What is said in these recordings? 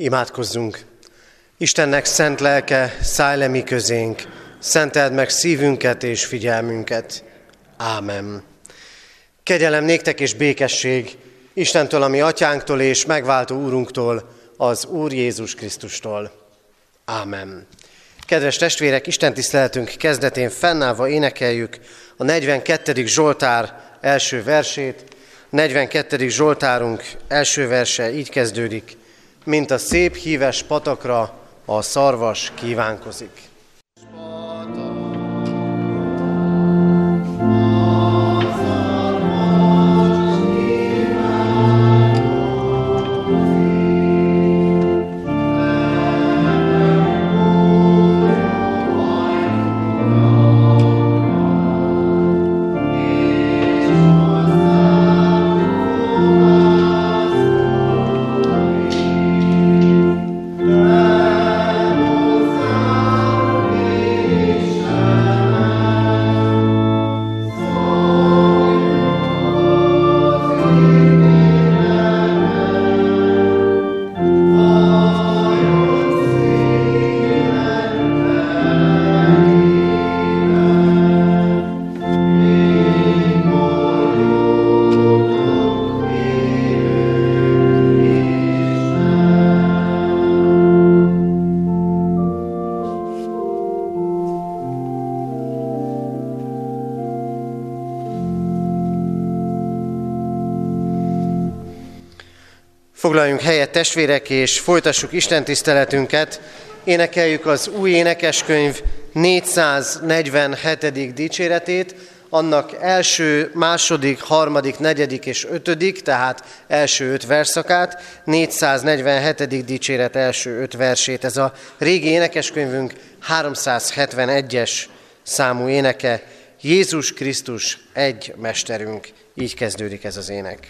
Imádkozzunk! Istennek szent lelke, szállj le mi közénk, szenteld meg szívünket és figyelmünket. Ámen. Kegyelem néktek és békesség Istentől, a mi atyánktól és megváltó úrunktól, az Úr Jézus Krisztustól. Ámen. Kedves testvérek, istentiszteletünk kezdetén fennállva énekeljük a 42. Zsoltár első versét. 42. Zsoltárunk első verse így kezdődik: mint a szép híves patakra a szarvas kívánkozik. Foglaljunk helyet, testvérek, és folytassuk istentiszteletünket. Énekeljük az új énekeskönyv 447. dicséretét, annak első, második, harmadik, negyedik és ötödik, tehát első 5 verszakát, 447. dicséret első 5 versét. Ez a régi énekeskönyvünk 371-es számú éneke, Jézus Krisztus egy mesterünk. Így kezdődik ez az ének.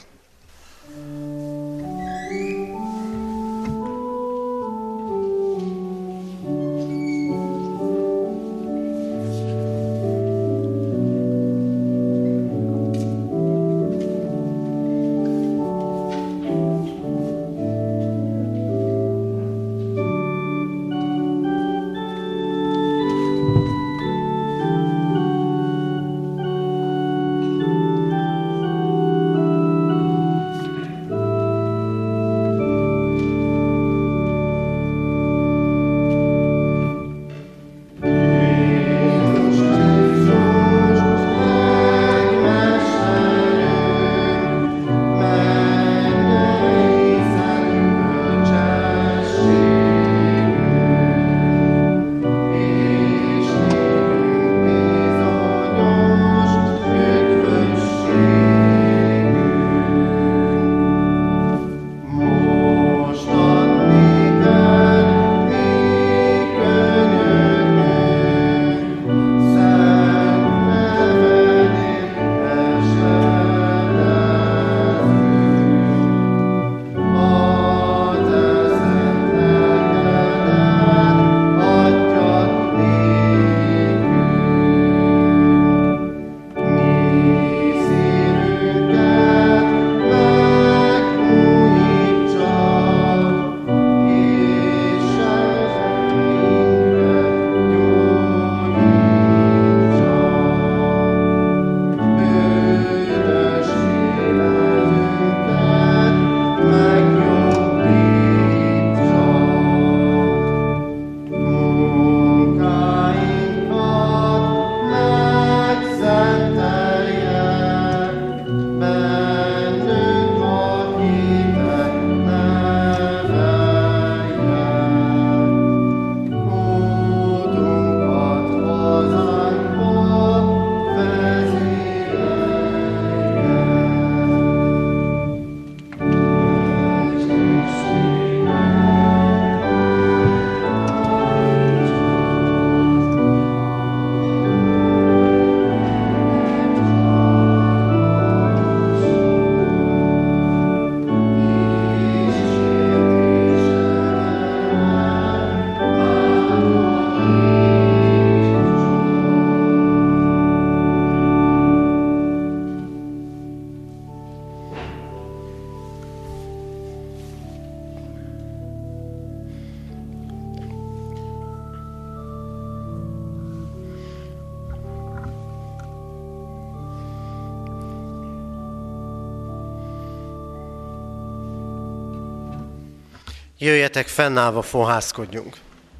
Jöjjetek, fennállva fohászkodjunk.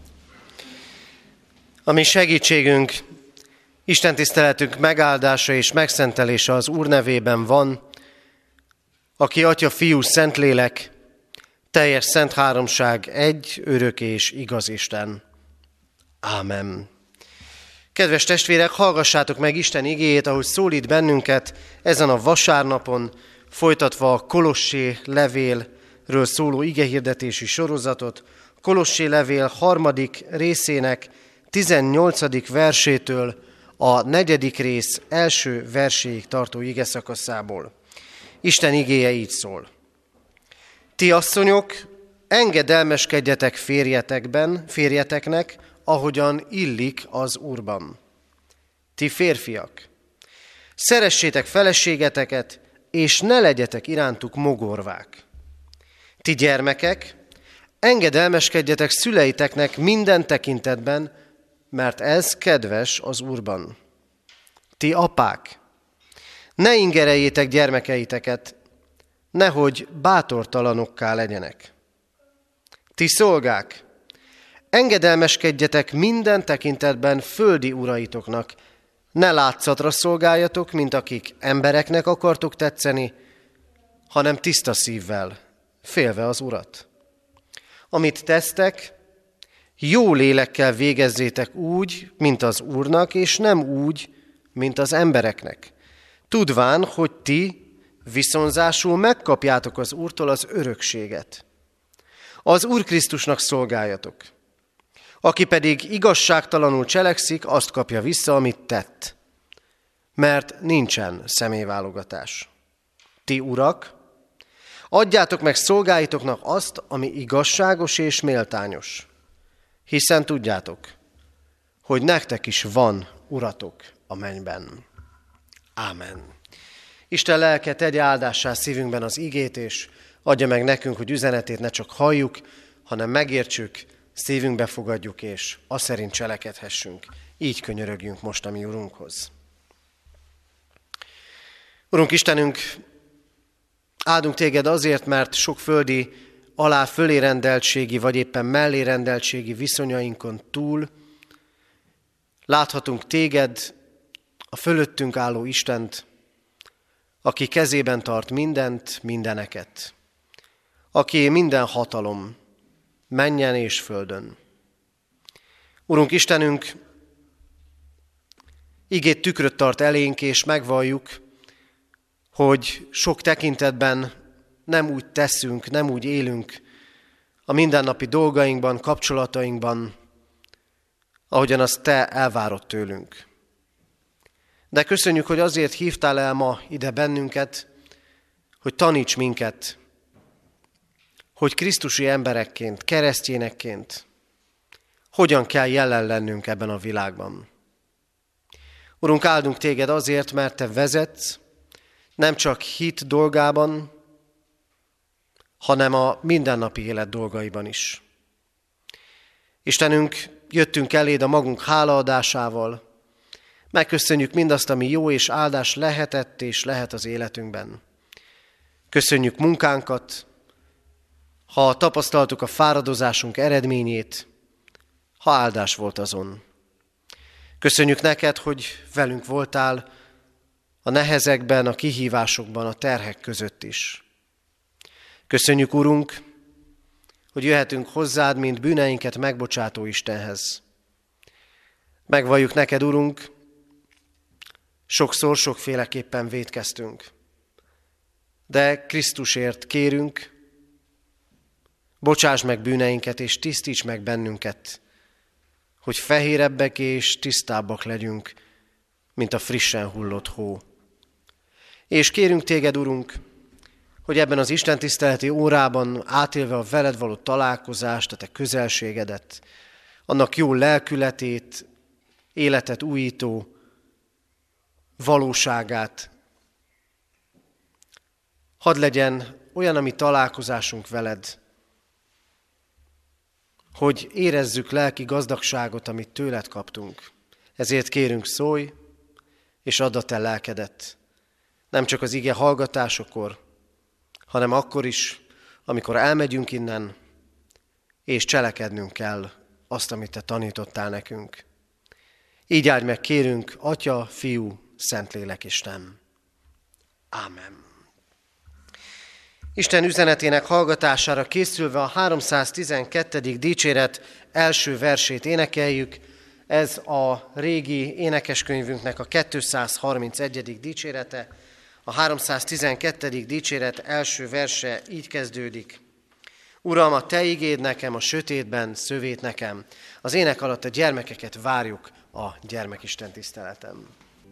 A mi segítségünk, istentiszteletünk megáldása és megszentelése az Úr nevében van, aki Atya, Fiú, Szentlélek, teljes szent háromság, egy, örök és igaz Isten. Ámen. Kedves testvérek, hallgassátok meg Isten igéjét, ahogy szólít bennünket ezen a vasárnapon, folytatva a Kolossé levélről szóló igehirdetési sorozatot, Kolossé levél 3. részének 18. versétől a 4. rész első verséig tartó igeszakaszából. Isten igéje így szól. Ti asszonyok, engedelmeskedjetek férjeteknek, ahogyan illik az Úrban. Ti férfiak, szeressétek feleségeteket, és ne legyetek irántuk mogorvák. Ti gyermekek, engedelmeskedjetek szüleiteknek minden tekintetben, mert ez kedves az Úrban. Ti apák, ne ingereljétek gyermekeiteket, nehogy bátortalanokká legyenek. Ti szolgák, engedelmeskedjetek minden tekintetben földi uraitoknak, ne látszatra szolgáljatok, mint akik embereknek akartok tetszeni, hanem tiszta szívvel, félve az Urat. Amit tesztek, jó lélekkel végezzétek úgy, mint az Úrnak, és nem úgy, mint az embereknek. Tudván, hogy ti viszonzásul megkapjátok az Úrtól az örökséget. Az Úr Krisztusnak szolgáljatok. Aki pedig igazságtalanul cselekszik, azt kapja vissza, amit tett. Mert nincsen személyválogatás. Ti urak, adjátok meg szolgáitoknak azt, ami igazságos és méltányos. Hiszen tudjátok, hogy nektek is van uratok a mennyben. Ámen. Isten lelke tegye áldássá szívünkben az igét, és adja meg nekünk, hogy üzenetét ne csak halljuk, hanem megértsük, szívünkbe fogadjuk, és azt szerint cselekedhessünk. Így könyörögjünk most a mi Urunkhoz. Urunk Istenünk, áldunk téged azért, mert sok földi fölé-rendeltségi, vagy éppen mellé-rendeltségi viszonyainkon túl láthatunk téged, a fölöttünk álló Istent, aki kezében tart mindent, mindeneket, aki minden hatalom, mennyen és földön. Urunk Istenünk, igét tükröt tart elénk, és megvalljuk, hogy sok tekintetben nem úgy teszünk, nem úgy élünk a mindennapi dolgainkban, kapcsolatainkban, ahogyan azt te elvárod tőlünk. De köszönjük, hogy azért hívtál el ma ide bennünket, hogy taníts minket, hogy krisztusi emberekként, keresztényekként hogyan kell jelen lennünk ebben a világban. Urunk, áldunk téged azért, mert te vezetsz, nem csak hit dolgában, hanem a mindennapi élet dolgaiban is. Istenünk, jöttünk eléd a magunk hálaadásával, megköszönjük mindazt, ami jó és áldás lehetett és lehet az életünkben. Köszönjük munkánkat, ha tapasztaltuk a fáradozásunk eredményét, ha áldás volt azon. Köszönjük neked, hogy velünk voltál a nehezekben, a kihívásokban, a terhek között is. Köszönjük, Urunk, hogy jöhetünk hozzád, mint bűneinket megbocsátó Istenhez. Megvalljuk neked, Urunk, sokszor, sokféleképpen vétkeztünk. De Krisztusért kérünk, bocsáss meg bűneinket, és tisztíts meg bennünket, hogy fehérebbek és tisztábbak legyünk, mint a frissen hullott hó. És kérünk téged, Urunk, hogy ebben az istentiszteleti órában átélve a veled való találkozást, a te közelségedet, annak jó lelkületét, életet újító valóságát, hadd legyen olyan a mi találkozásunk veled, hogy érezzük lelki gazdagságot, amit tőled kaptunk. Ezért kérünk, szólj, és add a te lelkedet. Nem csak az ige hallgatásokor, hanem akkor is, amikor elmegyünk innen, és cselekednünk kell azt, amit Te tanítottál nekünk. Így áldj meg, kérünk, Atya, Fiú, Szentlélek Isten. Ámen. Isten üzenetének hallgatására készülve a 312. dicséret első versét énekeljük. Ez a régi énekeskönyvünknek a 231. dicsérete. A 312. dicséret első verse így kezdődik. Uram, a Te igéd nekem, a sötétben szövét nekem. Az ének alatt a gyermekeket várjuk a gyermekisten tiszteletem.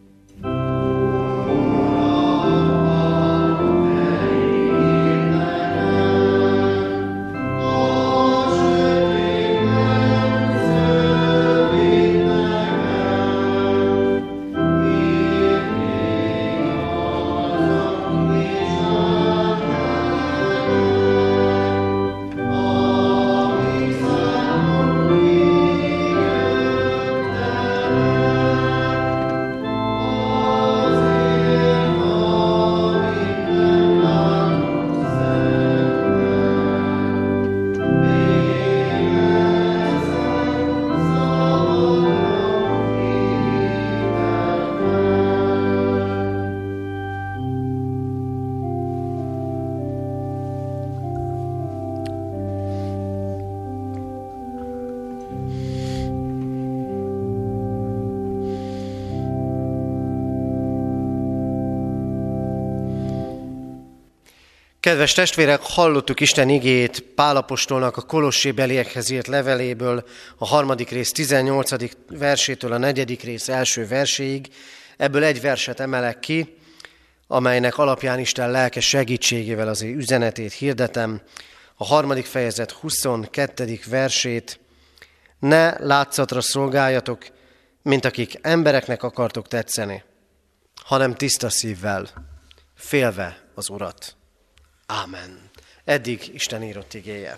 Kedves testvérek, hallottuk Isten igéjét Pál apostolnak a kolossébeliekhez írt leveléből, a 3. rész 18. versétől a 4. rész első verséig. Ebből egy verset emelek ki, amelynek alapján Isten lelke segítségével az ő üzenetét hirdetem. A 3. fejezet 22. versét. Ne látszatra szolgáljatok, mint akik embereknek akartok tetszeni, hanem tiszta szívvel, félve az Urat. Ámen. Eddig Isten írott igéje.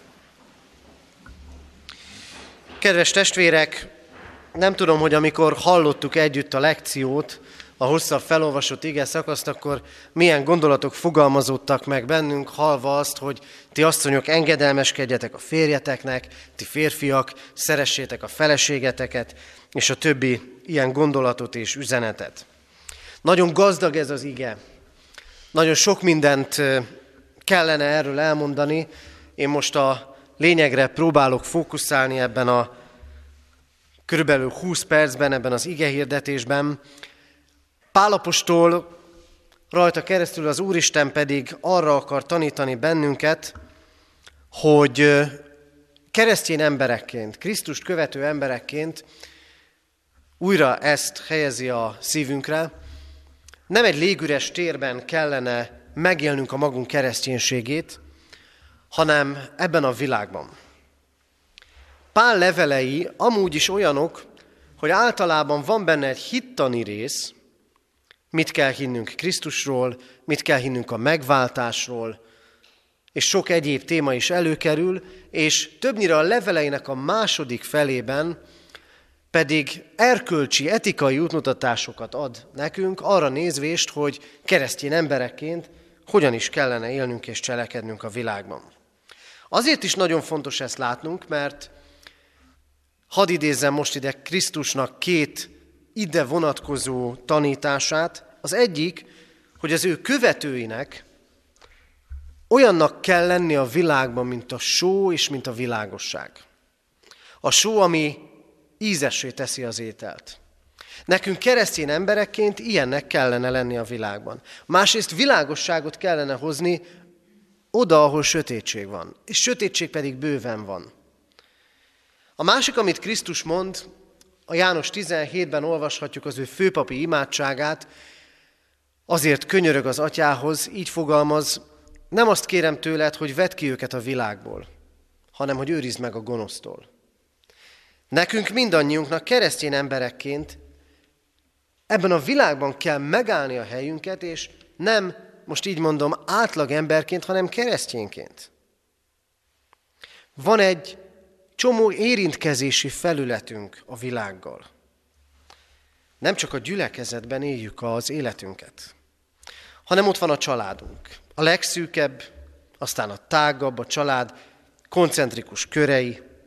Kedves testvérek, nem tudom, hogy amikor hallottuk együtt a lekciót, a hosszabb felolvasott ige szakaszt, akkor milyen gondolatok fogalmazódtak meg bennünk, hallva azt, hogy ti asszonyok engedelmeskedjetek a férjeteknek, ti férfiak szeressétek a feleségeteket, és a többi ilyen gondolatot és üzenetet. Nagyon gazdag ez az ige. Nagyon sok mindent kellene erről elmondani. Én most a lényegre próbálok fókuszálni ebben a körülbelül 20 percben, ebben az igehirdetésben. Pál apostol rajta keresztül az Úristen pedig arra akar tanítani bennünket, hogy keresztény emberekként, Krisztust követő emberekként újra ezt helyezi a szívünkre. Nem egy légüres térben kellene megélnünk a magunk kereszténységét, hanem ebben a világban. Pál levelei amúgy is olyanok, hogy általában van benne egy hittani rész, mit kell hinnünk Krisztusról, mit kell hinnünk a megváltásról, és sok egyéb téma is előkerül, és többnyire a leveleinek a második felében pedig erkölcsi, etikai útmutatásokat ad nekünk, arra nézvést, hogy keresztény emberekként hogyan is kellene élnünk és cselekednünk a világban. Azért is nagyon fontos ezt látnunk, mert hadd idézzem most ide Krisztusnak két ide vonatkozó tanítását. Az egyik, hogy az ő követőinek olyannak kell lenni a világban, mint a só és mint a világosság. A só, ami ízessé teszi az ételt. Nekünk keresztény emberekként ilyennek kellene lenni a világban. Másrészt világosságot kellene hozni oda, ahol sötétség van, és sötétség pedig bőven van. A másik, amit Krisztus mond, a János 17-ben olvashatjuk az ő főpapi imádságát, azért könyörög az atyához, így fogalmaz, nem azt kérem tőled, hogy vedd ki őket a világból, hanem hogy őrizd meg a gonosztól. Nekünk mindannyiunknak keresztény emberekként ebben a világban kell megállni a helyünket, és nem, most így mondom, átlag emberként, hanem keresztényként. Van egy csomó érintkezési felületünk a világgal. Nem csak a gyülekezetben éljük az életünket, hanem ott van a családunk. A legszűkebb, aztán a tágabb, a család koncentrikus körei,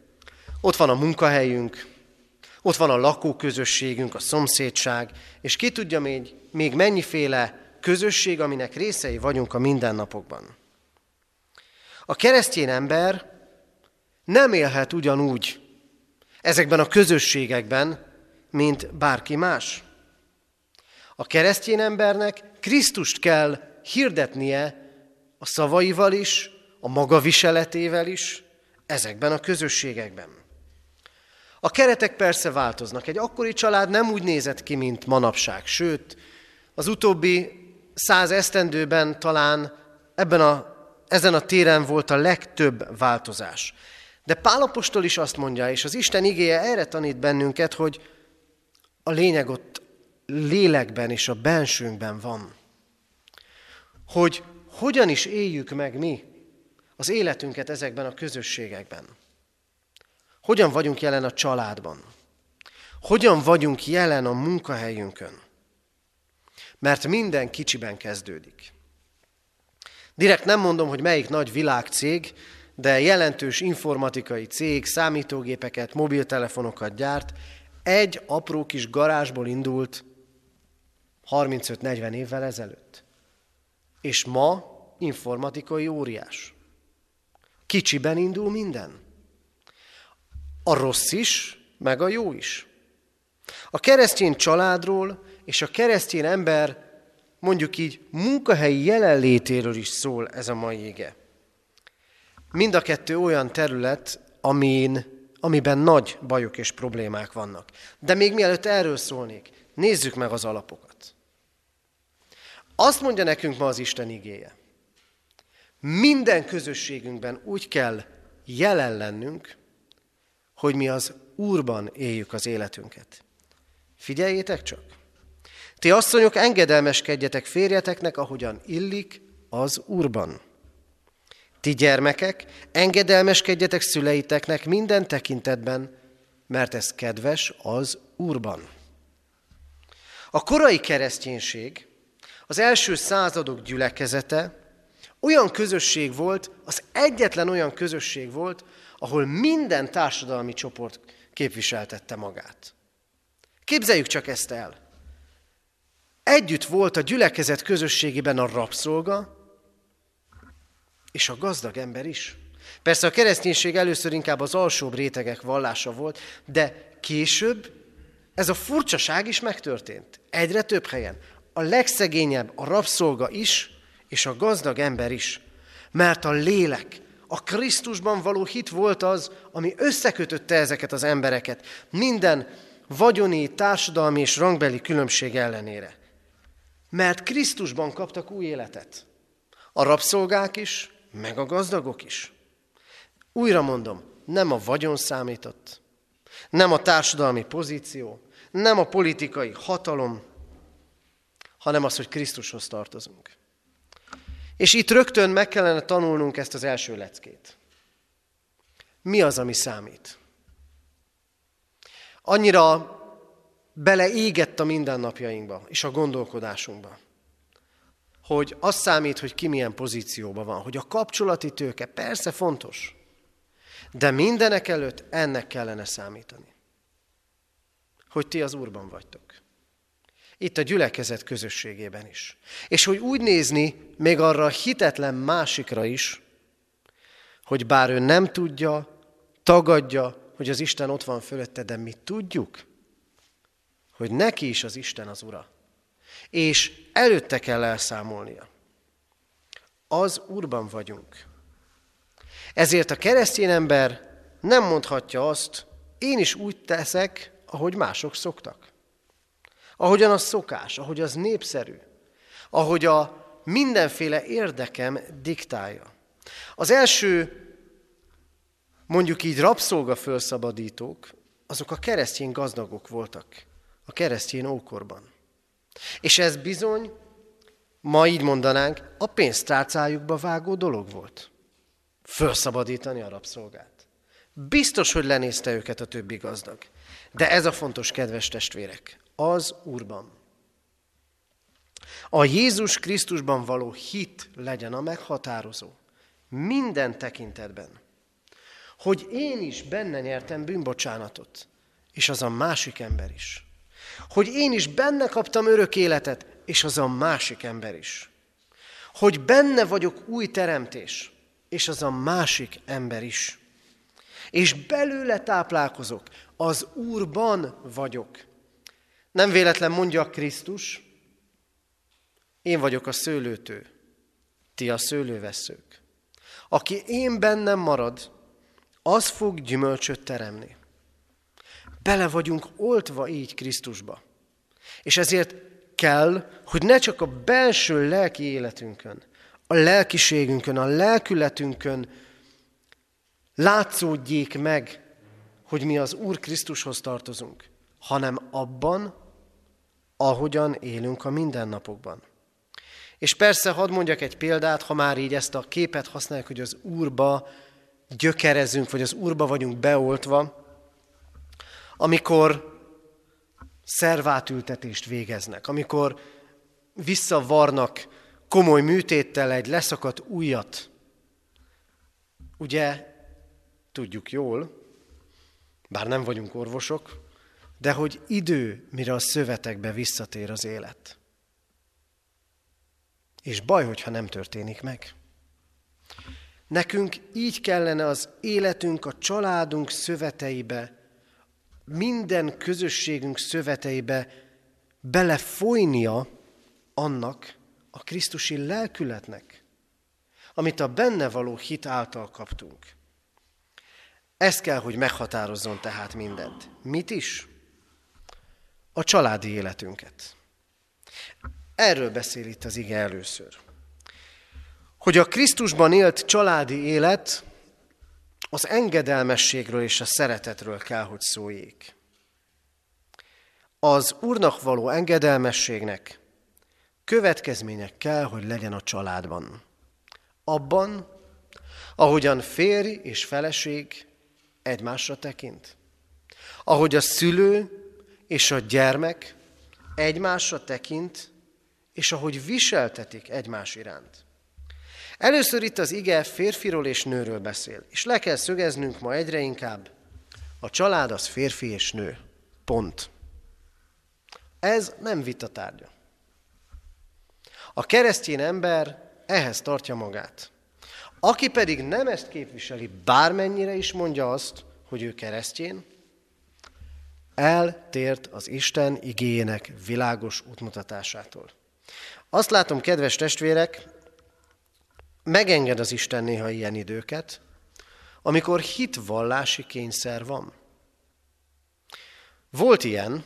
Ott van a munkahelyünk, ott van a lakóközösségünk, a szomszédság, és ki tudja még mennyiféle közösség, aminek részei vagyunk a mindennapokban. A keresztény ember nem élhet ugyanúgy ezekben a közösségekben, mint bárki más. A keresztény embernek Krisztust kell hirdetnie a szavaival is, a maga viseletével is, ezekben a közösségekben. A keretek persze változnak. Egy akkori család nem úgy nézett ki, mint manapság. Sőt, az utóbbi 100 esztendőben talán ezen a téren volt a legtöbb változás. De Pál apostol is azt mondja, és az Isten igéje erre tanít bennünket, hogy a lényeg ott lélekben és a bensőnkben van. Hogy hogyan is éljük meg mi az életünket ezekben a közösségekben. Hogyan vagyunk jelen a családban? Hogyan vagyunk jelen a munkahelyünkön? Mert minden kicsiben kezdődik. Direkt nem mondom, hogy melyik nagy világcég, de jelentős informatikai cég számítógépeket, mobiltelefonokat gyárt, egy apró kis garázsból indult 35-40 évvel ezelőtt. És ma informatikai óriás. Kicsiben indul minden. A rossz is, meg a jó is. A keresztény családról és a keresztény ember, mondjuk így, munkahelyi jelenlétéről is szól ez a mai ige. Mind a kettő olyan terület, amiben nagy bajok és problémák vannak. De még mielőtt erről szólnék, nézzük meg az alapokat. Azt mondja nekünk ma az Isten igéje. Minden közösségünkben úgy kell jelen lennünk, hogy mi az Úrban éljük az életünket. Figyeljétek csak! Ti asszonyok, engedelmeskedjetek férjeteknek, ahogyan illik az Úrban. Ti gyermekek, engedelmeskedjetek szüleiteknek minden tekintetben, mert ez kedves az Úrban. A korai kereszténység, az első századok gyülekezete olyan közösség volt, az egyetlen olyan közösség volt, ahol minden társadalmi csoport képviseltette magát. Képzeljük csak ezt el. Együtt volt a gyülekezet közösségében a rabszolga és a gazdag ember is. Persze a kereszténység először inkább az alsóbb rétegek vallása volt, de később ez a furcsaság is megtörtént. Egyre több helyen. A legszegényebb a rabszolga is, és a gazdag ember is. Mert a lélek, a Krisztusban való hit volt az, ami összekötötte ezeket az embereket. Minden vagyoni, társadalmi és rangbeli különbség ellenére. Mert Krisztusban kaptak új életet. A rabszolgák is, meg a gazdagok is. Újra mondom, nem a vagyon számított, nem a társadalmi pozíció, nem a politikai hatalom, hanem az, hogy Krisztushoz tartozunk. És itt rögtön meg kellene tanulnunk ezt az első leckét. Mi az, ami számít? Annyira beleégett a mindennapjainkba és a gondolkodásunkba, hogy az számít, hogy ki milyen pozícióban van, hogy a kapcsolati tőke persze fontos, de mindenek előtt ennek kellene számítani, hogy ti az Úrban vagytok. Itt a gyülekezet közösségében is. És hogy úgy nézni még arra a hitetlen másikra is, hogy bár ő nem tudja, tagadja, hogy az Isten ott van fölötte, de mi tudjuk, hogy neki is az Isten az Ura. És előtte kell elszámolnia. Az Úrban vagyunk. Ezért a keresztény ember nem mondhatja azt, én is úgy teszek, ahogy mások szoktak. Ahogyan az szokás, ahogy az népszerű, ahogy a mindenféle érdekem diktálja. Az első, mondjuk így rabszolgafölszabadítók, azok a keresztény gazdagok voltak a keresztény ókorban. És ez bizony, ma így mondanánk, a pénztárcájukba vágó dolog volt. Fölszabadítani a rabszolgát. Biztos, hogy lenézte őket a többi gazdag. De ez a fontos, kedves testvérek, az Úrban. A Jézus Krisztusban való hit legyen a meghatározó. Minden tekintetben. hogy én is benne nyertem bűnbocsánatot, és az a másik ember is. Hogy én is benne kaptam örök életet, és az a másik ember is. Hogy benne vagyok új teremtés, és az a másik ember is. És belőle táplálkozok, az Úrban vagyok. Nem véletlen mondja Krisztus, én vagyok a szőlőtő, ti a szőlővesszők. Aki én bennem marad, az fog gyümölcsöt teremni. Bele vagyunk oltva így Krisztusba. És ezért kell, hogy ne csak a belső lelki életünkön, a lelkiségünkön, a lelkületünkön látszódjék meg, hogy mi az Úr Krisztushoz tartozunk, hanem abban, ahogyan élünk a mindennapokban. És persze, hadd mondjak egy példát, ha már így ezt a képet használjuk, hogy az Úrba gyökerezünk, vagy az Úrba vagyunk beoltva, amikor szervátültetést végeznek, amikor visszavarnak komoly műtéttel egy leszakadt ujjat. Ugye, tudjuk jól, bár nem vagyunk orvosok, de hogy idő, mire a szövetekbe visszatér az élet. És baj, hogyha nem történik meg. Nekünk így kellene az életünk, a családunk szöveteibe, minden közösségünk szöveteibe belefolynia annak a krisztusi lelkületnek, amit a benne való hit által kaptunk. Ez kell, hogy meghatározzon tehát mindent. Mit is? A családi életünket. Erről beszél itt az ige először. Hogy a Krisztusban élt családi élet az engedelmességről és a szeretetről kell, hogy szóljék. Az Úrnak való engedelmességnek következmények kell, hogy legyen a családban. Abban, ahogyan férj és feleség egymásra tekint. Ahogy a szülő és a gyermek egymásra tekint, és ahogy viseltetik egymás iránt. Először itt az ige férfiról és nőről beszél, és le kell szögeznünk ma egyre inkább, a család az férfi és nő. Pont. Ez nem vita tárgya. A keresztény ember ehhez tartja magát. Aki pedig nem ezt képviseli, bármennyire is mondja azt, hogy ő keresztény, eltért az Isten igéjének világos útmutatásától. Azt látom, kedves testvérek, megenged az Isten néha ilyen időket, amikor hitvallási kényszer van. Volt ilyen,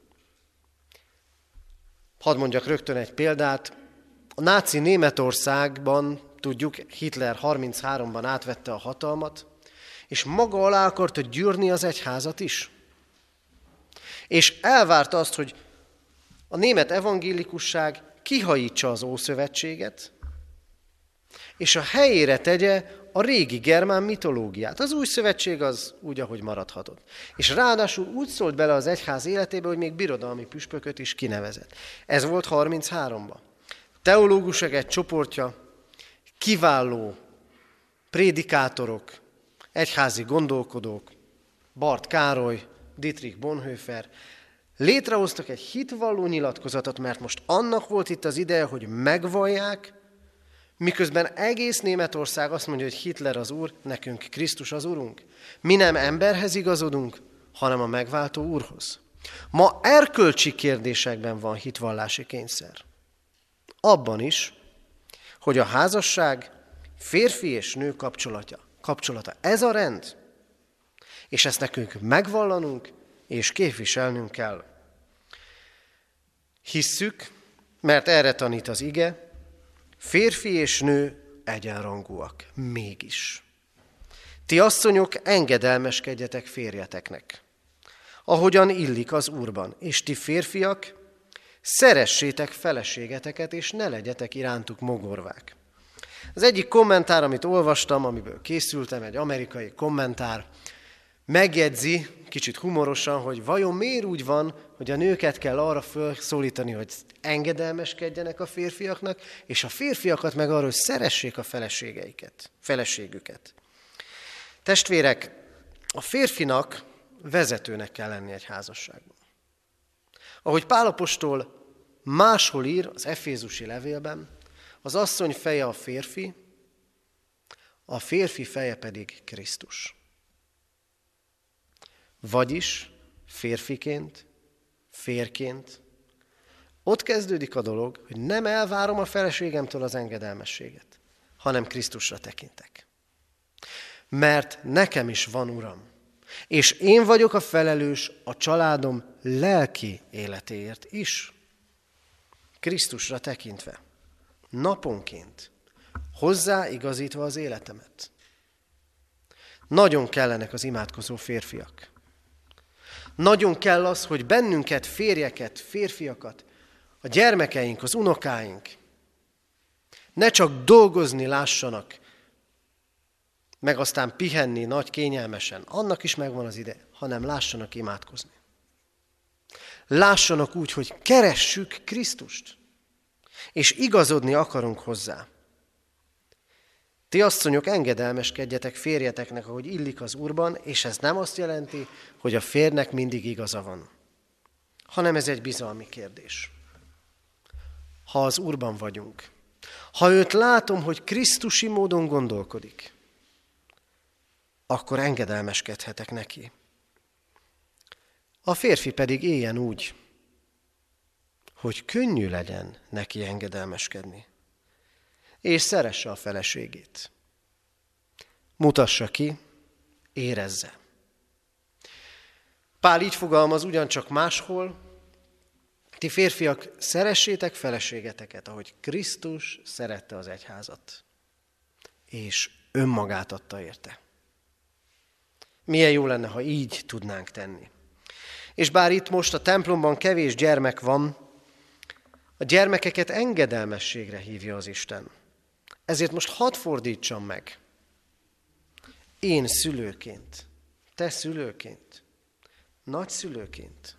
hadd mondjak rögtön egy példát, a náci Németországban, tudjuk, Hitler 33-ban átvette a hatalmat, és maga alá akarta gyűrni az egyházat is. És elvárta azt, hogy a német evangélikusság kihajítsa az Ószövetséget, és a helyére tegye a régi germán mitológiát. Az új szövetség az úgy, ahogy maradhatott. És ráadásul úgy szólt bele az egyház életébe, hogy még birodalmi püspököt is kinevezett. Ez volt 33-ban. Teológusok egy csoportja, kiváló prédikátorok, egyházi gondolkodók, Bart Károly, Dietrich Bonhoeffer, létrehoztak egy hitvalló nyilatkozatot, mert most annak volt itt az ideje, hogy megvallják, miközben egész Németország azt mondja, hogy Hitler az Úr, nekünk Krisztus az Urunk. Mi nem emberhez igazodunk, hanem a megváltó Úrhoz. Ma erkölcsi kérdésekben van hitvallási kényszer. Abban is, hogy a házasság férfi és nő kapcsolata. Ez a rend. És ezt nekünk megvallanunk, és képviselnünk kell. Hisszük, mert erre tanít az ige, férfi és nő egyenrangúak. Mégis. Ti asszonyok, engedelmeskedjetek férjeteknek, ahogyan illik az Úrban, és ti férfiak, szeressétek feleségeteket, és ne legyetek irántuk mogorvák. Az egyik kommentár, amit olvastam, amiből készültem, egy amerikai kommentár, megjegyzi, kicsit humorosan, hogy vajon miért úgy van, hogy a nőket kell arra felszólítani, hogy engedelmeskedjenek a férfiaknak, és a férfiakat meg arra, hogy szeressék a feleségüket. Testvérek, a férfinak vezetőnek kell lenni egy házasságban. Ahogy Pál apostol máshol ír az efézusi levélben, az asszony feje a férfi feje pedig Krisztus. Vagyis férfiként, férként ott kezdődik a dolog, hogy nem elvárom a feleségemtől az engedelmességet, hanem Krisztusra tekintek. Mert nekem is van Uram, és én vagyok a felelős a családom lelki életéért is. Krisztusra tekintve, naponként, hozzáigazítva az életemet. Nagyon kellenek az imádkozó férfiak. Nagyon kell az, hogy bennünket, férjeket, férfiakat, a gyermekeink, az unokáink ne csak dolgozni lássanak, meg aztán pihenni nagy kényelmesen, annak is megvan az ide, hanem lássanak imádkozni. Lássanak úgy, hogy keressük Krisztust, és igazodni akarunk hozzá. Ti asszonyok, engedelmeskedjetek férjeteknek, ahogy illik az Úrban, és ez nem azt jelenti, hogy a férjnek mindig igaza van, hanem ez egy bizalmi kérdés. Ha az Úrban vagyunk, ha őt látom, hogy krisztusi módon gondolkodik, akkor engedelmeskedhetek neki. A férfi pedig éljen úgy, hogy könnyű legyen neki engedelmeskedni, és szeresse a feleségét. Mutassa ki, érezze. Pál így fogalmaz ugyancsak máshol, ti férfiak, szeressétek feleségeteket, ahogy Krisztus szerette az egyházat, és önmagát adta érte. Milyen jó lenne, ha így tudnánk tenni. És bár itt most a templomban kevés gyermek van, a gyermekeket engedelmességre hívja az Isten. Ezért most hadd fordítsam meg. Én szülőként, te szülőként, nagyszülőként.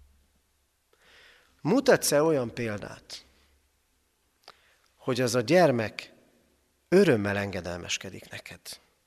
Mutatsz-e olyan példát, hogy az a gyermek örömmel engedelmeskedik neked?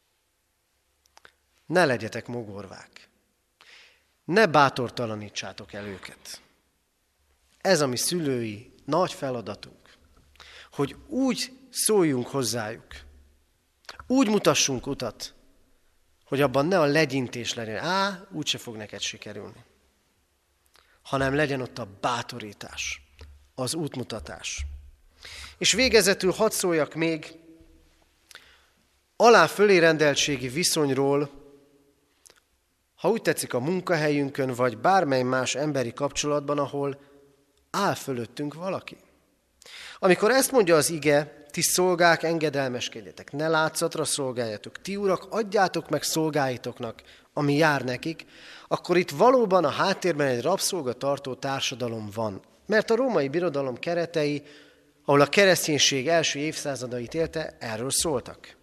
Ne legyetek mogorvák. Ne bátortalanítsátok el őket. Ez a mi szülői nagy feladatunk, hogy úgy szóljunk hozzájuk, úgy mutassunk utat, hogy abban ne a legyintés legyen, úgyse fog neked sikerülni, hanem legyen ott a bátorítás, az útmutatás. És végezetül hadd szóljak még alá-fölé rendeltségi viszonyról, ha úgy tetszik a munkahelyünkön, vagy bármely más emberi kapcsolatban, ahol áll fölöttünk valaki. Amikor ezt mondja az ige, ti szolgák, engedelmeskedjetek, ne látszatra szolgáljatok, ti urak, adjátok meg szolgáitoknak, ami jár nekik, akkor itt valóban a háttérben egy rabszolgatartó társadalom van. Mert a római birodalom keretei, ahol a kereszténység első évszázadait élte, erről szóltak.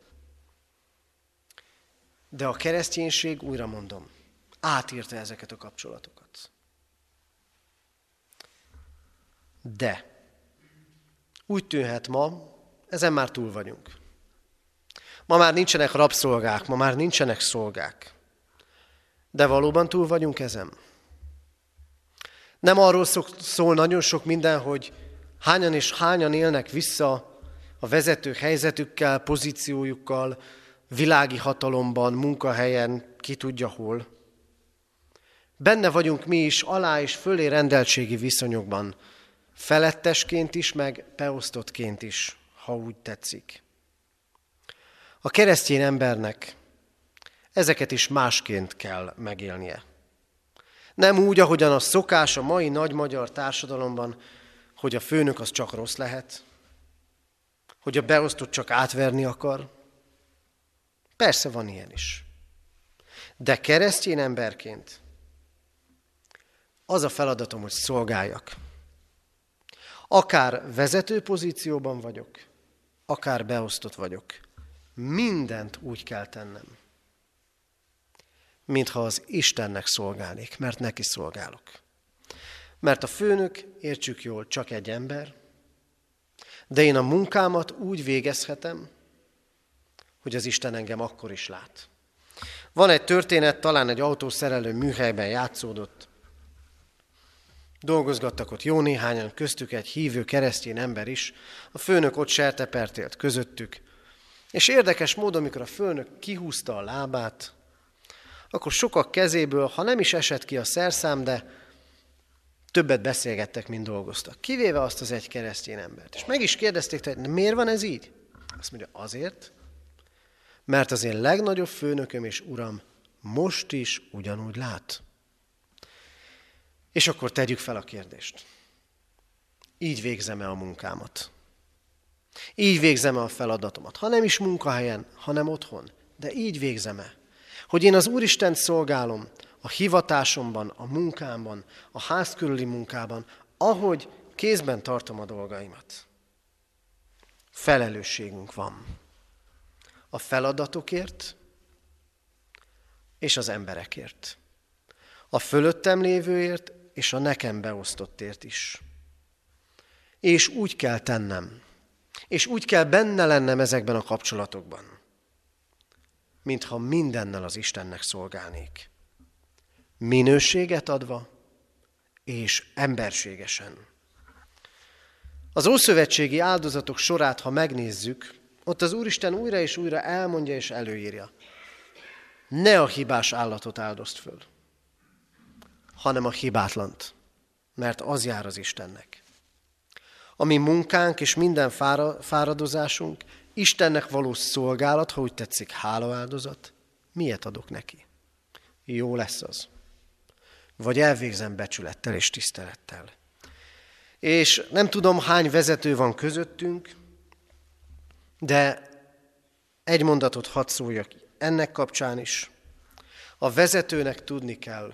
De a kereszténység, újra mondom, átírta ezeket a kapcsolatokat. De úgy tűnhet ma, ezen már túl vagyunk. Ma már nincsenek rabszolgák, ma már nincsenek szolgák. De valóban túl vagyunk ezen. Nem arról szól nagyon sok minden, hogy hányan és hányan élnek vissza a vezető helyzetükkel, pozíciójukkal, világi hatalomban, munkahelyen, ki tudja hol. Benne vagyunk mi is alá és fölé rendeltségi viszonyokban, felettesként is, meg beosztottként is, ha úgy tetszik. A keresztény embernek ezeket is másként kell megélnie. Nem úgy, ahogyan a szokás a mai nagy magyar társadalomban, hogy a főnök az csak rossz lehet, hogy a beosztott csak átverni akar. Persze van ilyen is. De keresztény emberként az a feladatom, hogy szolgáljak. Akár vezető pozícióban vagyok, akár beosztott vagyok. Mindent úgy kell tennem, mintha az Istennek szolgálnék, mert neki szolgálok. Mert a főnök, értsük jól, csak egy ember, de én a munkámat úgy végezhetem, hogy az Isten engem akkor is lát. Van egy történet, talán egy autószerelő műhelyben játszódott. Dolgozgattak ott jó néhányan, köztük egy hívő keresztény ember is. A főnök ott sertepertélt közöttük. És érdekes módon, amikor a főnök kihúzta a lábát, akkor sokak kezéből, ha nem is esett ki a szerszám, de többet beszélgettek, mint dolgoztak. Kivéve azt az egy keresztény embert. És meg is kérdezték, hogy miért van ez így? Azt mondja, azért, mert az én legnagyobb főnököm és uram most is ugyanúgy lát. És akkor tegyük fel a kérdést. Így végzem-e a munkámat? Így végzem-e a feladatomat? Ha nem is munkahelyen, hanem otthon. De így végzem-e? Hogy én az Úristent szolgálom a hivatásomban, a munkámban, a ház körüli munkában, ahogy kézben tartom a dolgaimat. Felelősségünk van. A feladatokért és az emberekért. A fölöttem lévőért és a nekem beosztottért is. És úgy kell tennem, és úgy kell benne lennem ezekben a kapcsolatokban, mintha mindennel az Istennek szolgálnék. Minőséget adva, és emberségesen. Az ószövetségi áldozatok sorát, ha megnézzük, ott az Úristen újra és újra elmondja és előírja. Ne a hibás állatot áldozd föl, hanem a hibátlant, mert az jár az Istennek. A mi munkánk és minden fáradozásunk, Istennek való szolgálat, ha úgy tetszik, hálaáldozat, miért adok neki? Jó lesz az. Vagy elvégzem becsülettel és tisztelettel. És nem tudom, hány vezető van közöttünk, de egy mondatot hadd szóljak ennek kapcsán is. A vezetőnek tudni kell,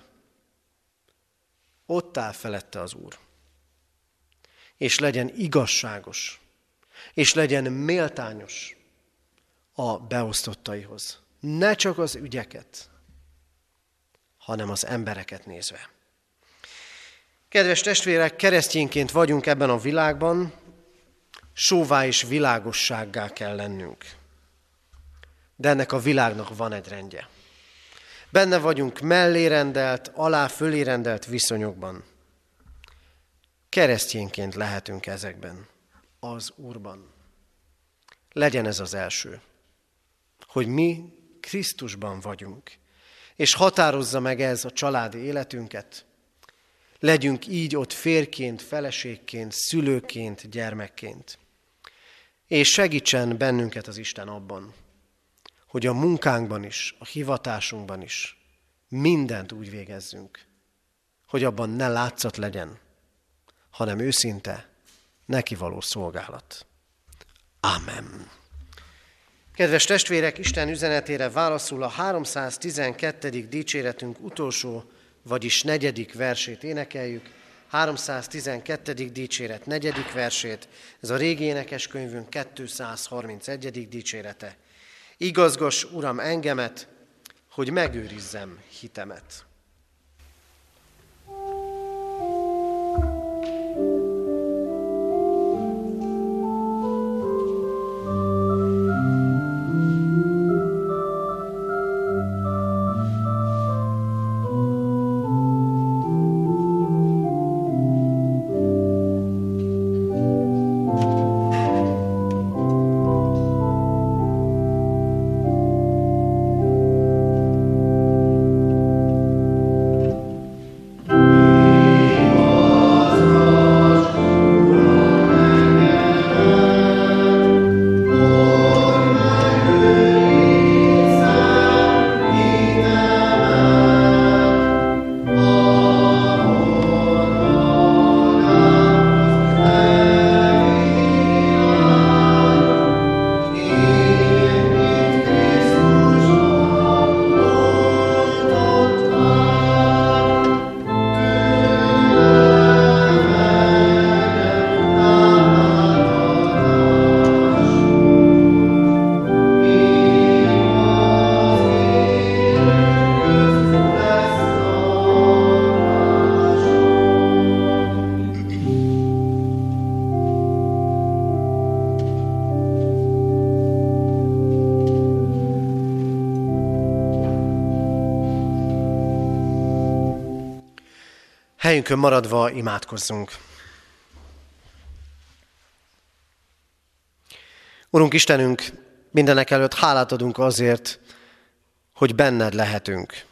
ott áll felette az Úr. És legyen igazságos, és legyen méltányos a beosztottaihoz. Ne csak az ügyeket, hanem az embereket nézve. Kedves testvérek, keresztényként vagyunk ebben a világban, sóvá és világossággá kell lennünk. De ennek a világnak van egy rendje. Benne vagyunk mellérendelt, alá-fölérendelt viszonyokban. Keresztényként lehetünk ezekben, az Úrban. Legyen ez az első, hogy mi Krisztusban vagyunk, és határozza meg ez a családi életünket. Legyünk így ott férjként, feleségként, szülőként, gyermekként. És segítsen bennünket az Isten abban, hogy a munkánkban is, a hivatásunkban is mindent úgy végezzünk, hogy abban ne látszat legyen, hanem őszinte, neki való szolgálat. Ámen. Kedves testvérek, Isten üzenetére válaszul a 312. dicséretünk utolsó, vagyis 4. versét énekeljük. 312. dicséret 4. versét, ez a régi énekeskönyvünk 231. dicsérete. Igazgass, Uram, engemet, hogy megőrizzem hitemet. Helyünkön maradva imádkozzunk. Urunk Istenünk, mindenek előtt hálát adunk azért, hogy benned lehetünk.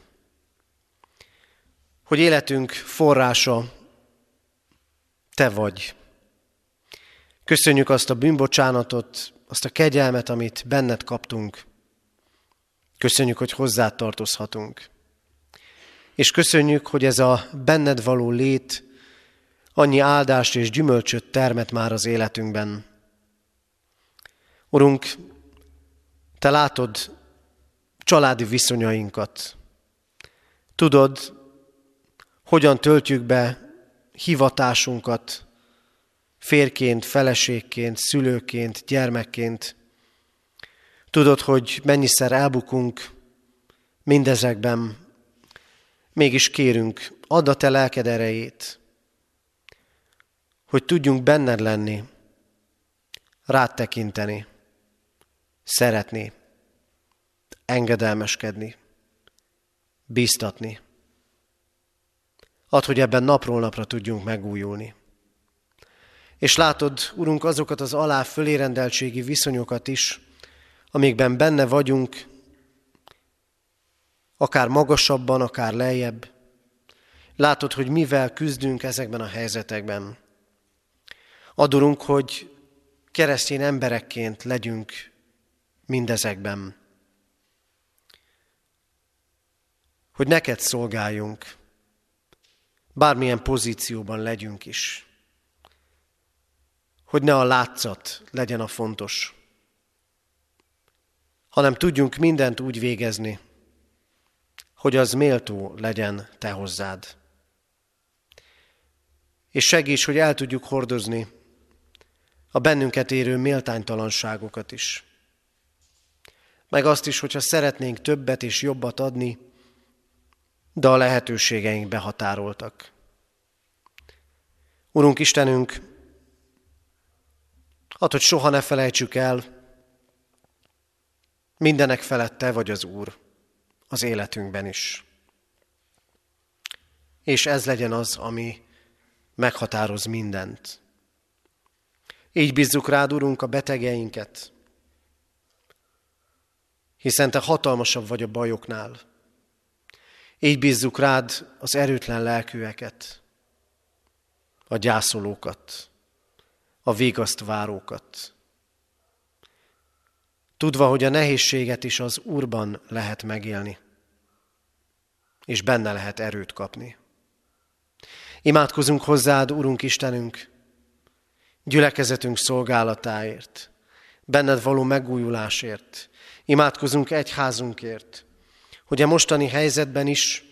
Hogy életünk forrása te vagy. Köszönjük azt a bűnbocsánatot, azt a kegyelmet, amit benned kaptunk. Köszönjük, hogy hozzád tartozhatunk. És köszönjük, hogy ez a benned való lét annyi áldást és gyümölcsöt termet már az életünkben. Urunk, te látod családi viszonyainkat. Tudod, hogyan töltjük be hivatásunkat férjként, feleségként, szülőként, gyermekként. Tudod, hogy mennyiszer elbukunk mindezekben, mégis kérünk, add a te lelked erejét, hogy tudjunk benned lenni, rád tekinteni, szeretni, engedelmeskedni, bíztatni. Add, hogy ebben napról napra tudjunk megújulni. És látod, Urunk, azokat az alá fölérendeltségi viszonyokat is, amikben benne vagyunk, akár magasabban, akár lejjebb. Látod, hogy mivel küzdünk ezekben a helyzetekben. Add, Urunk, hogy keresztény emberekként legyünk mindezekben. Hogy neked szolgáljunk, bármilyen pozícióban legyünk is. Hogy ne a látszat legyen a fontos, hanem tudjunk mindent úgy végezni, hogy az méltó legyen te hozzád. És segíts, hogy el tudjuk hordozni a bennünket érő méltánytalanságokat is. Meg azt is, hogyha szeretnénk többet és jobbat adni, de a lehetőségeink behatároltak. Urunk Istenünk, add, hogy soha ne felejtsük el, mindenek felett te vagy az Úr az életünkben is. És ez legyen az, ami meghatároz mindent. Így bízzuk rád, Urunk, a betegeinket, hiszen te hatalmasabb vagy a bajoknál. Így bízzuk rád az erőtlen lelkűeket, a gyászolókat, a végaszt várókat. Tudva, hogy a nehézséget is az Úrban lehet megélni, és benne lehet erőt kapni. Imádkozunk hozzád, Urunk Istenünk, gyülekezetünk szolgálatáért, benned való megújulásért. Imádkozunk egyházunkért, hogy a mostani helyzetben is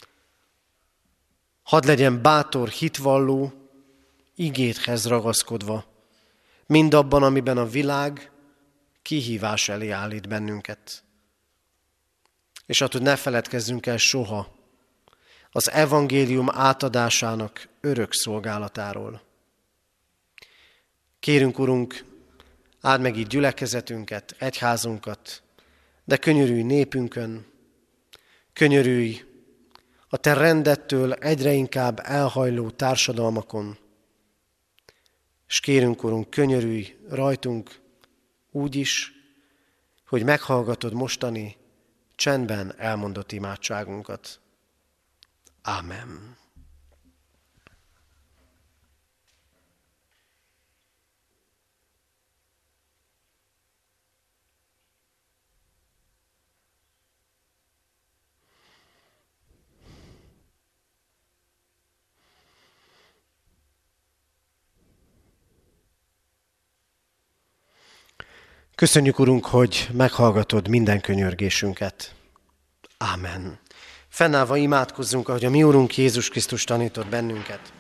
hadd legyen bátor, hitvalló, igédhez ragaszkodva, mindabban, amiben a világ kihívás elé állít bennünket. És attól ne feledkezzünk el soha az evangélium átadásának örök szolgálatáról. Kérünk, Urunk, áld meg így gyülekezetünket, egyházunkat, de könyörülj népünkön, könyörülj a te rendettől egyre inkább elhajló társadalmakon, és kérünk, Urunk, könyörülj rajtunk úgy is, hogy meghallgatod mostani csendben elmondott imádságunkat. Ámen. Köszönjük, Urunk, hogy meghallgatod minden könyörgésünket. Ámen. Fennállva imádkozzunk, ahogy a mi Urunk Jézus Krisztus tanított bennünket.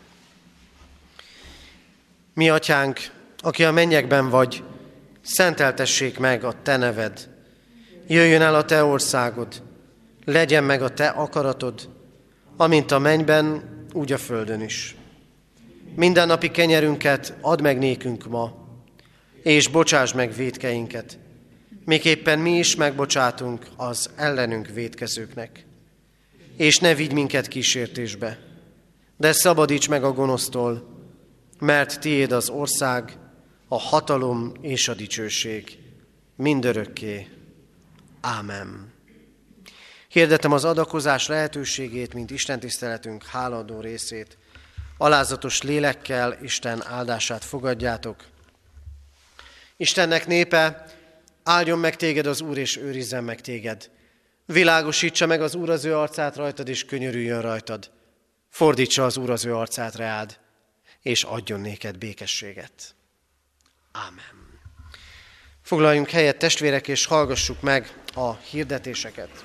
Mi Atyánk, aki a mennyekben vagy, szenteltessék meg a te neved. Jöjjön el a te országod, legyen meg a te akaratod, amint a mennyben, úgy a földön is. Mindennapi kenyerünket add meg nékünk ma, és bocsáss meg vétkeinket, miképpen mi is megbocsátunk az ellenünk vétkezőknek. És ne vigy minket kísértésbe, de szabadíts meg a gonosztól, mert tiéd az ország, a hatalom és a dicsőség mindörökké. Ámen. Hirdetem az adakozás lehetőségét, mint istentiszteletünk hálaadó részét. Alázatos lélekkel Isten áldását fogadjátok. Istennek népe, áldjon meg téged az Úr, és őrizzen meg téged. Világosítsa meg az Úr az ő arcát rajtad, és könyörüljön rajtad. Fordítsa az Úr az ő arcát reád, és adjon néked békességet. Ámen. Foglaljunk helyet, testvérek, és hallgassuk meg a hirdetéseket.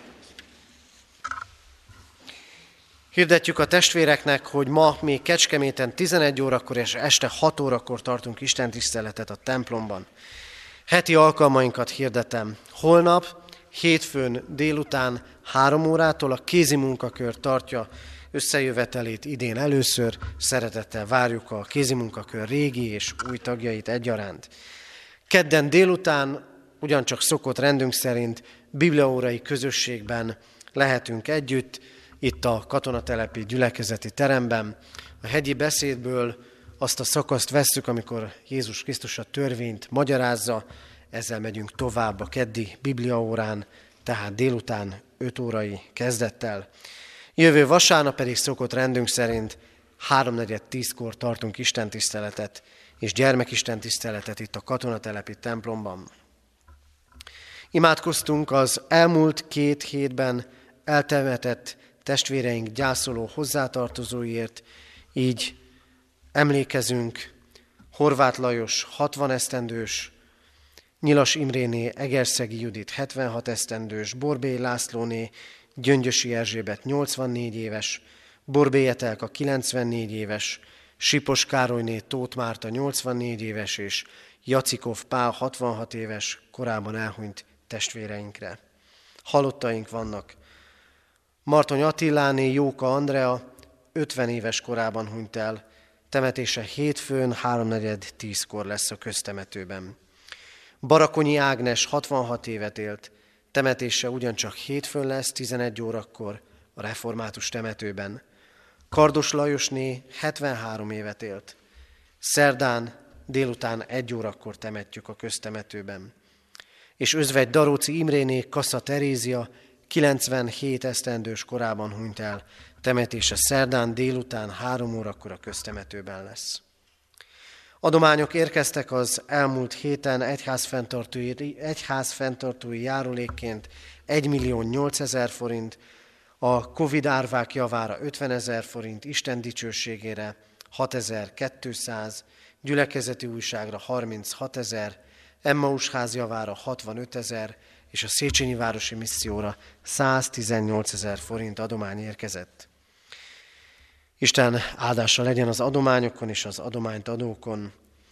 Hirdetjük a testvéreknek, hogy ma még Kecskeméten 11 órakor és este 6 órakor tartunk istentiszteletet a templomban. Heti alkalmainkat hirdetem. Holnap, hétfőn délután 3 órától a kézi munkakör tartja összejövetelét idén először. Szeretettel várjuk a kézi munkakör régi és új tagjait egyaránt. Kedden délután, ugyancsak szokott rendünk szerint, bibliaórai közösségben lehetünk együtt, itt a katonatelepi gyülekezeti teremben. A hegyi beszédből azt a szakaszt vesszük, amikor Jézus Krisztus a törvényt magyarázza, ezzel megyünk tovább a keddi bibliaórán, tehát délután 5 órai kezdettel. Jövő vasárnap pedig szokott rendünk szerint 3:4-10-kor tartunk istentiszteletet és gyermekistentiszteletet itt a katonatelepi templomban. Imádkoztunk az elmúlt 2 hétben eltemetett testvéreink gyászoló hozzátartozóiért, így emlékezünk Horváth Lajos 60 esztendős, Nyilas Imréné Egerszegi Judit 76 esztendős, Borbély Lászlóné Gyöngyösi Erzsébet 84 éves, Borbély Etelka 94 éves, Sipos Károlyné Tóth Márta 84 éves és Jacikov Pál 66 éves korábban elhunyt testvéreinkre. Halottaink vannak. Martony Attiláné Jóka Andrea 50 éves korában hunyt el, temetése hétfőn 3:4-10-kor lesz a köztemetőben. Barakonyi Ágnes 66 évet élt, temetése ugyancsak hétfőn lesz 11 órakor a református temetőben. Kardos Lajosné 73 évet élt, szerdán délután 1 órakor temetjük a köztemetőben. És Özvegy Daróci Imréné Kassa Terézia 97 esztendős korában hunyt el, temetése szerdán délután 3 órakor a köztemetőben lesz. Adományok érkeztek az elmúlt héten egyházfenntartói járulékként 1.008.000 forint, a Covid árvák javára 50.000 forint, Isten dicsőségére 6.200, gyülekezeti újságra 36.000, Emmaus ház javára 65.000, és a Széchenyi Városi Misszióra 118.000 forint adomány érkezett. Isten áldása legyen az adományokon és az adományt adókon.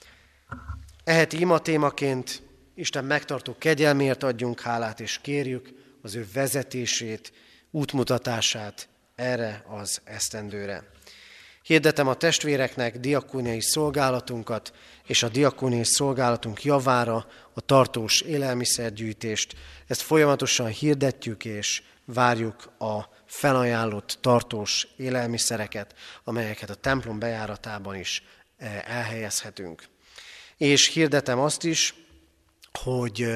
Eheti ima témaként Isten megtartó kegyelmért adjunk hálát, és kérjük az ő vezetését, útmutatását erre az esztendőre. Hirdetem a testvéreknek diakóniai szolgálatunkat, és a diakóniai szolgálatunk javára a tartós élelmiszergyűjtést. Ezt folyamatosan hirdetjük, és várjuk a felajánlott tartós élelmiszereket, amelyeket a templom bejáratában is elhelyezhetünk. És hirdetem azt is, hogy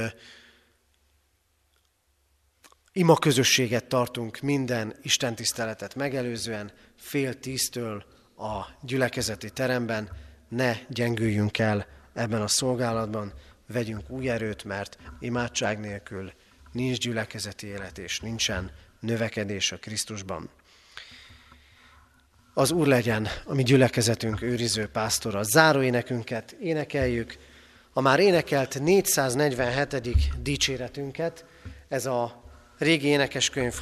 imaközösséget tartunk minden istentiszteletet megelőzően, 9:30 a gyülekezeti teremben. Ne gyengüljünk el ebben a szolgálatban, vegyünk új erőt, mert imádság nélkül nincs gyülekezeti élet, és nincsen növekedés a Krisztusban. Az Úr legyen a mi gyülekezetünk őriző pásztora. A záróénekünket énekeljük, a már énekelt 447. dicséretünket, ez a régi énekeskönyv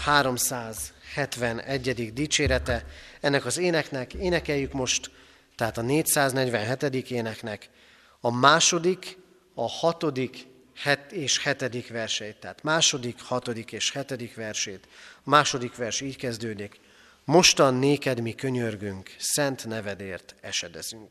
371. dicsérete. Ennek az éneknek énekeljük most, tehát a 447. éneknek a második, a 6. és 7. versét. Tehát második, 6. és 7. versét. A második vers így kezdődik. Mostan néked mi könyörgünk, szent nevedért esedezünk.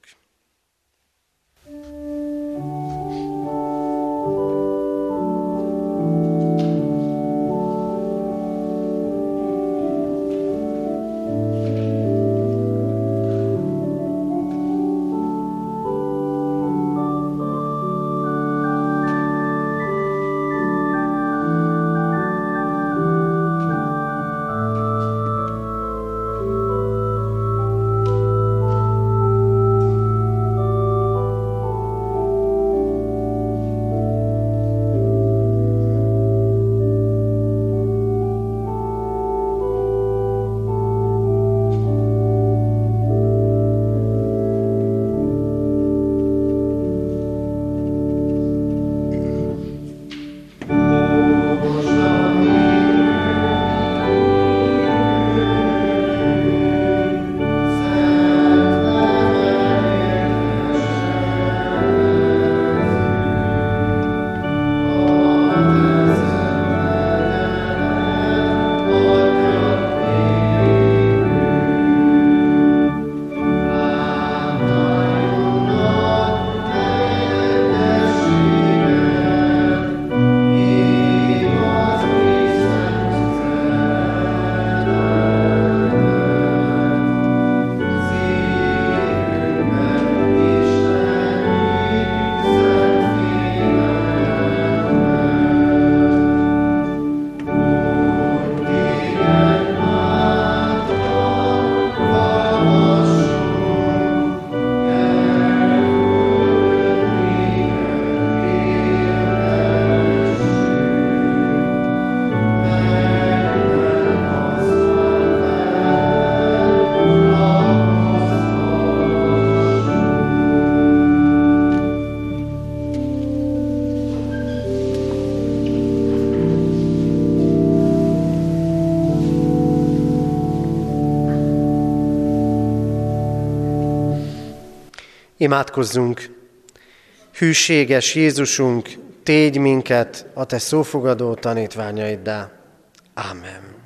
Imádkozzunk! Hűséges Jézusunk, tégy minket a te szófogadó tanítványaiddá. Ámen.